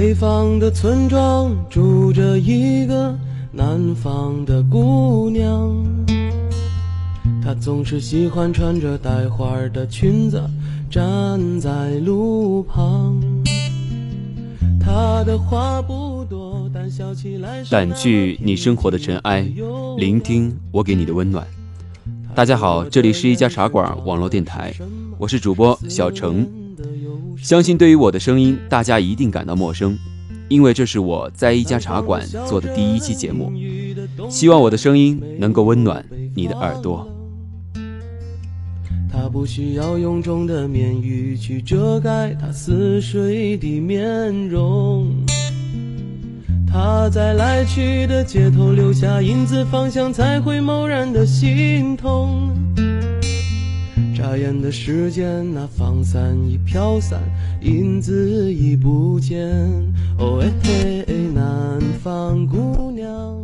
北方的村庄住着一个南方的姑娘，她总是喜欢穿着带花的裙子站在路旁。她的话不多，但笑起来掸去你生活的尘埃，聆听我给你的温暖。大家好，这里是一家茶馆网络电台，我是主播小程。相信对于我的声音大家一定感到陌生，因为这是我在一家茶馆做的第一期节目，希望我的声音能够温暖你的耳朵。 他不需要臃肿的面具去遮盖他似水的面容，他在来去的街头留下影子，方向才会蓦然的心痛。眨眼的时间，那放伞已飘散，影子已不见。哦嘿，南方姑娘，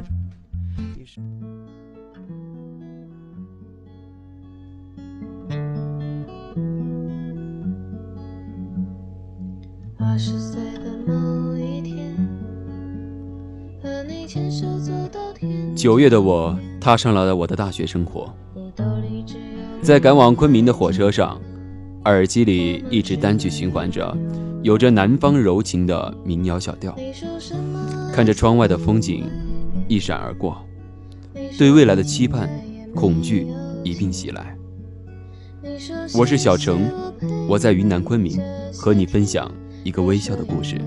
20岁的某一天，和你牵手走到天 9月的我踏上了我的大学生活，在赶往昆明的火车上，耳机里一直单曲循环着有着南方柔情的民谣小调，看着窗外的风景一闪而过，对未来的期盼恐惧一并袭来。我是小程，我在云南昆明和你分享一个微笑的故事。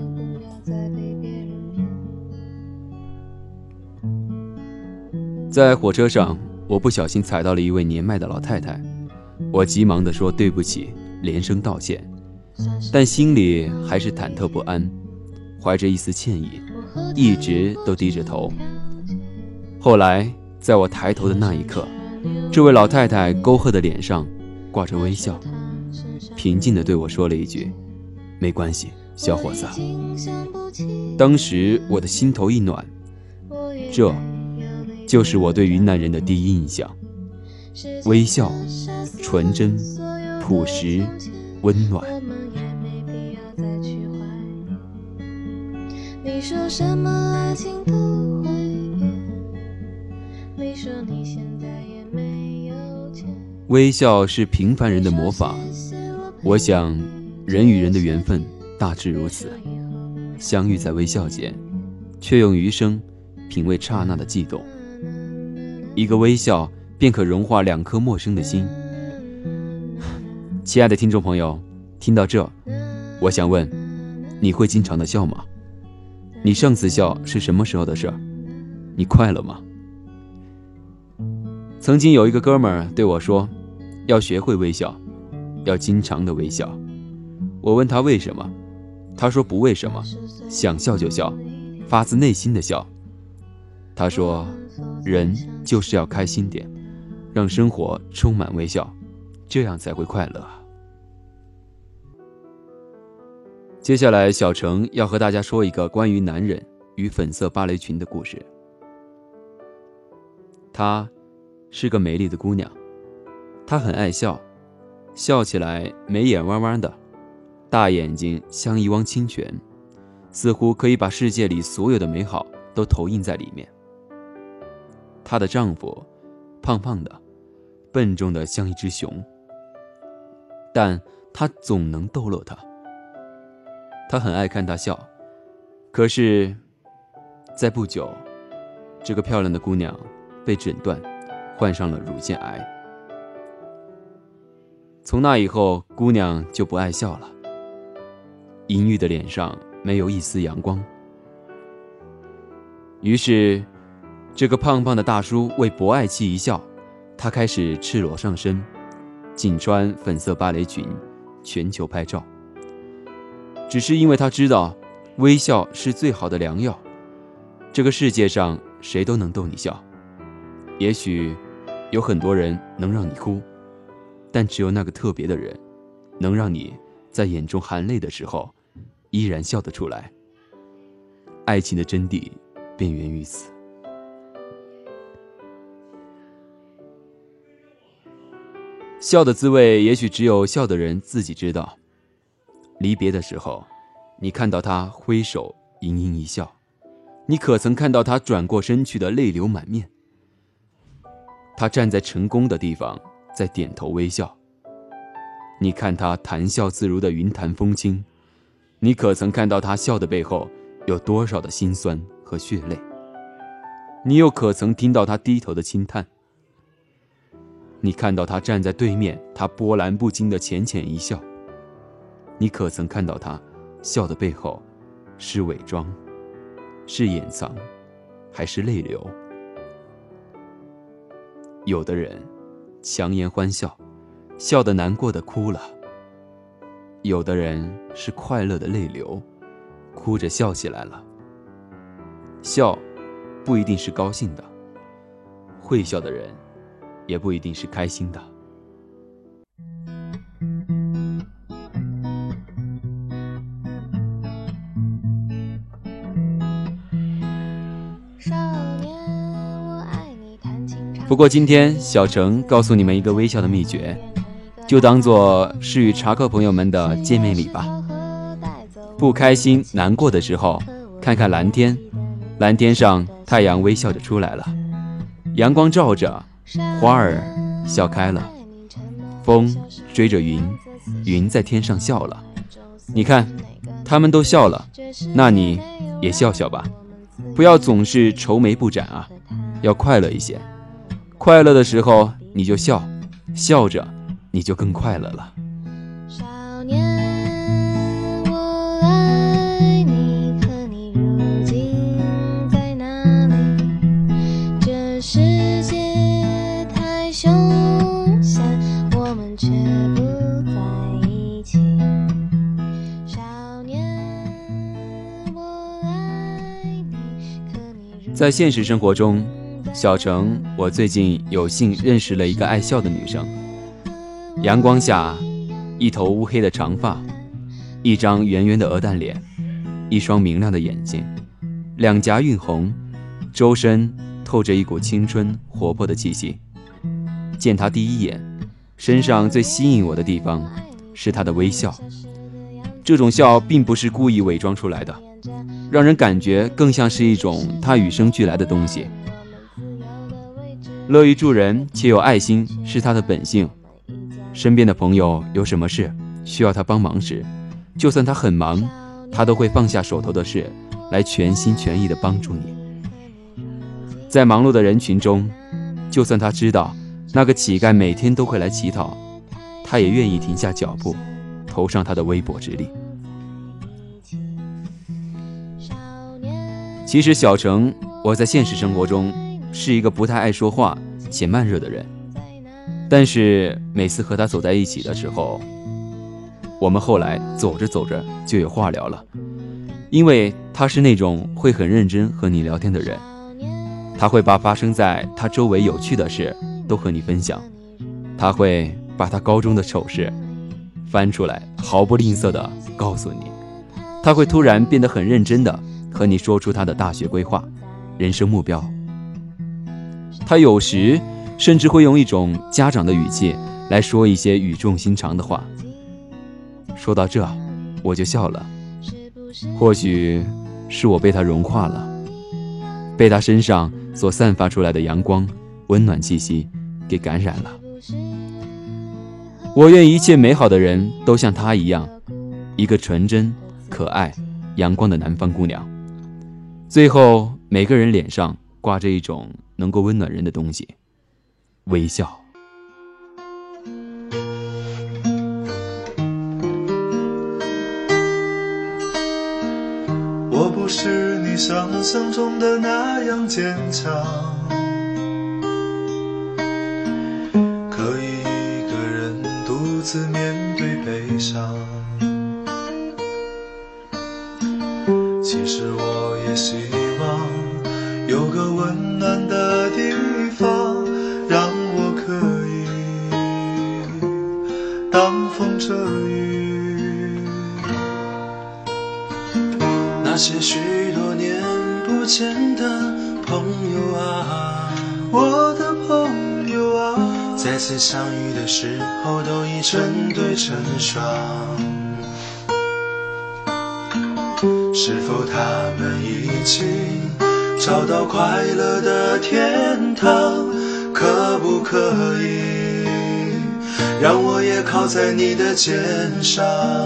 在火车上，我不小心踩到了一位年迈的老太太，我急忙地说对不起，连声道歉，但心里还是忐忑不安，怀着一丝歉意，一直都低着头。后来在我抬头的那一刻，这位老太太沟壑的脸上挂着微笑，平静地对我说了一句，没关系，小伙子。当时我的心头一暖，这就是我对云南人的第一印象，微笑、纯真、朴实、温暖。 你说什么爱情都会变，你说你现在也没有钱。 微笑是平凡人的魔法，我想人与人的缘分大致如此，相遇在微笑间，却用余生品味刹那的悸动。一个微笑便可融化2颗陌生的心。亲爱的听众朋友，听到这，我想问，你会经常的笑吗？你上次笑是什么时候的事儿？你快乐吗？曾经有一个哥们儿对我说，要学会微笑，要经常的微笑。我问他为什么，他说不为什么，想笑就笑，发自内心的笑。他说人就是要开心点，让生活充满微笑，这样才会快乐。接下来小程要和大家说一个关于男人与粉色芭蕾裙的故事。她是个美丽的姑娘，她很爱笑，笑起来眉眼弯弯的，大眼睛像一汪清泉，似乎可以把世界里所有的美好都投影在里面。她的丈夫胖胖的，笨重的像一只熊，但她总能逗乐她。她很爱看她笑，可是在不久，这个漂亮的姑娘被诊断患上了乳腺癌。从那以后，姑娘就不爱笑了，阴郁的脸上没有一丝阳光。于是这个胖胖的大叔为博爱妻一笑，他开始赤裸上身，仅穿粉色芭蕾裙，全球拍照。只是因为他知道微笑是最好的良药，这个世界上谁都能逗你笑，也许有很多人能让你哭，但只有那个特别的人能让你在眼中含泪的时候依然笑得出来。爱情的真谛便源于此。笑的滋味也许只有笑的人自己知道。离别的时候， 你看到他挥手盈盈一笑，你可曾看到他转过身去的泪流满面？他站在成功的地方，在点头微笑。你看他谈笑自如的云淡风轻，你可曾看到他笑的背后有多少的辛酸和血泪？你又可曾听到他低头的轻叹？你看到他站在对面，他波澜不惊的浅浅一笑，你可曾看到他笑的背后是伪装，是掩藏，还是泪流？有的人强颜欢笑，笑得难过的哭了；有的人是快乐的泪流，哭着笑起来了。笑不一定是高兴的，会笑的人也不一定是开心的。不过今天小程告诉你们一个微笑的秘诀，就当作是与茶客朋友们的见面礼吧。不开心难过的时候，看看蓝天，蓝天上太阳微笑着出来了，阳光照着，花儿笑开了，风追着云，云在天上笑了。你看他们都笑了，那你也笑笑吧，不要总是愁眉不展啊，要快乐一些。快乐的时候你就笑，笑着你就更快乐了。 少年，我爱你，可你如今在哪里？这世界太凶险，我们却不在一起。少年，我爱你，可你如在现实生活中，小程，我最近有幸认识了一个爱笑的女生。阳光下，一头乌黑的长发，一张圆圆的鹅蛋脸，一双明亮的眼睛，两颊晕红，周身透着一股青春活泼的气息。见她第一眼，身上最吸引我的地方是她的微笑。这种笑并不是故意伪装出来的，让人感觉更像是一种她与生俱来的东西。乐于助人且有爱心是他的本性，身边的朋友有什么事需要他帮忙时，就算他很忙，他都会放下手头的事来全心全意地帮助你。在忙碌的人群中，就算他知道那个乞丐每天都会来乞讨，他也愿意停下脚步，投上他的微薄之力。其实小程，我在现实生活中是一个不太爱说话且慢热的人，但是每次和他走在一起的时候，我们后来走着走着就有话聊了。因为他是那种会很认真和你聊天的人，他会把发生在他周围有趣的事都和你分享，他会把他高中的丑事翻出来毫不吝啬地告诉你，他会突然变得很认真地和你说出他的大学规划、人生目标。他有时甚至会用一种家长的语气来说一些语重心长的话。说到这，我就笑了。或许是我被他融化了，被他身上所散发出来的阳光、温暖气息给感染了。我愿一切美好的人都像他一样，一个纯真、可爱、阳光的南方姑娘。最后，每个人脸上挂着一种能够温暖人的东西，微笑。 我不是你想象中的那样坚强，可以一个人独自面对悲伤。其实我也希望有个温暖的地方，让我可以挡风遮雨。那些许多年不见的朋友啊，我的朋友啊，再次相遇的时候都已成对成双。 是否他们已经找到快乐的天堂？可不可以让我也靠在你的肩上？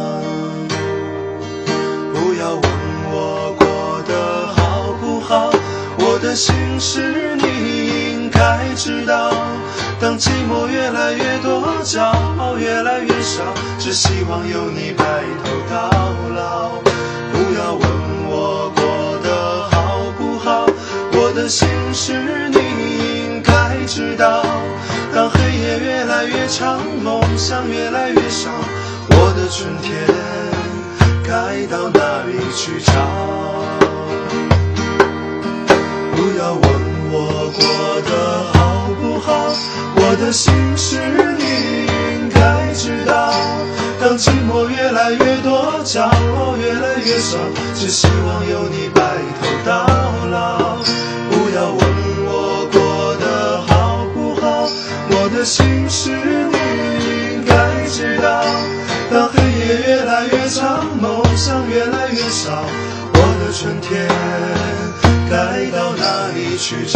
不要问我过得好不好，我的心事你应该知道。当寂寞越来越多，骄傲越来越少，只希望有你白头到老。不要问我过得好不好，我的心事你应该知道。当黑夜越来越长，梦想越来越少，我的春天该到哪里去找？不要问我过得好不好，我的心事你应该知道。当寂寞越来越多，骄傲越来越少，只希望有你白头到老。不要问我过得好不好，我的心事你应该知道。当黑夜越来越长，梦想越来越少，我的春天该到哪里去找？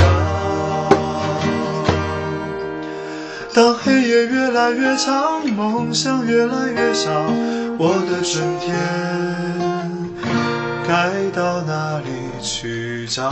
当黑夜越来越长，梦想越来越少，我的春天该到哪里去找？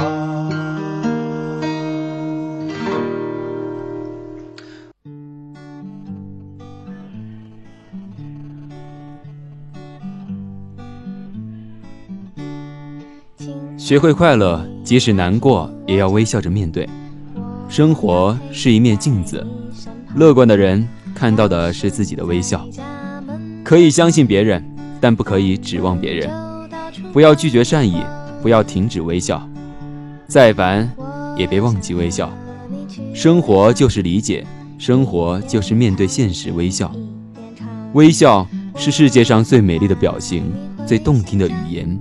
学会快乐，即使难过也要微笑着面对。生活是一面镜子，乐观的人看到的是自己的微笑。可以相信别人，但不可以指望别人。不要拒绝善意，不要停止微笑。再烦也别忘记微笑。生活就是理解，生活就是面对现实微笑。微笑是世界上最美丽的表情，最动听的语言。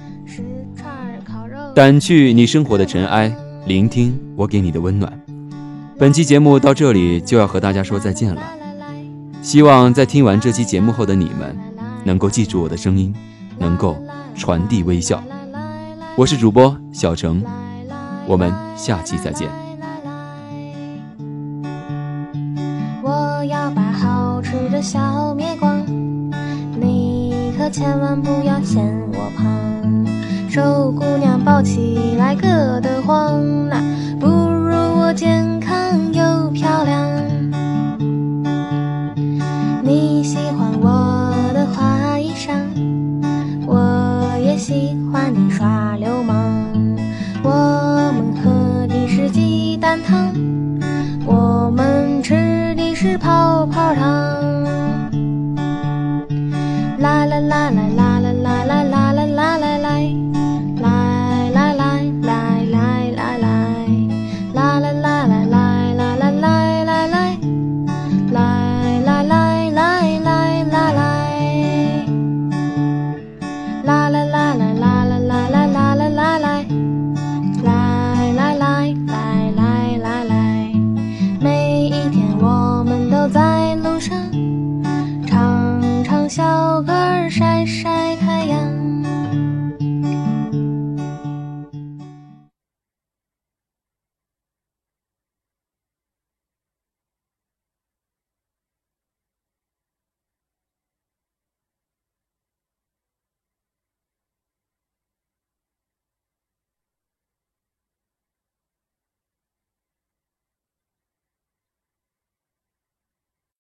掸去你生活的尘埃，聆听我给你的温暖。本期节目到这里就要和大家说再见了，希望在听完这期节目后的你们能够记住我的声音，能够传递微笑。我是主播小程，我们下期再见。 我要把好吃的小面光，你可千万不要嫌我胖。瘦姑娘抱起来硌得慌，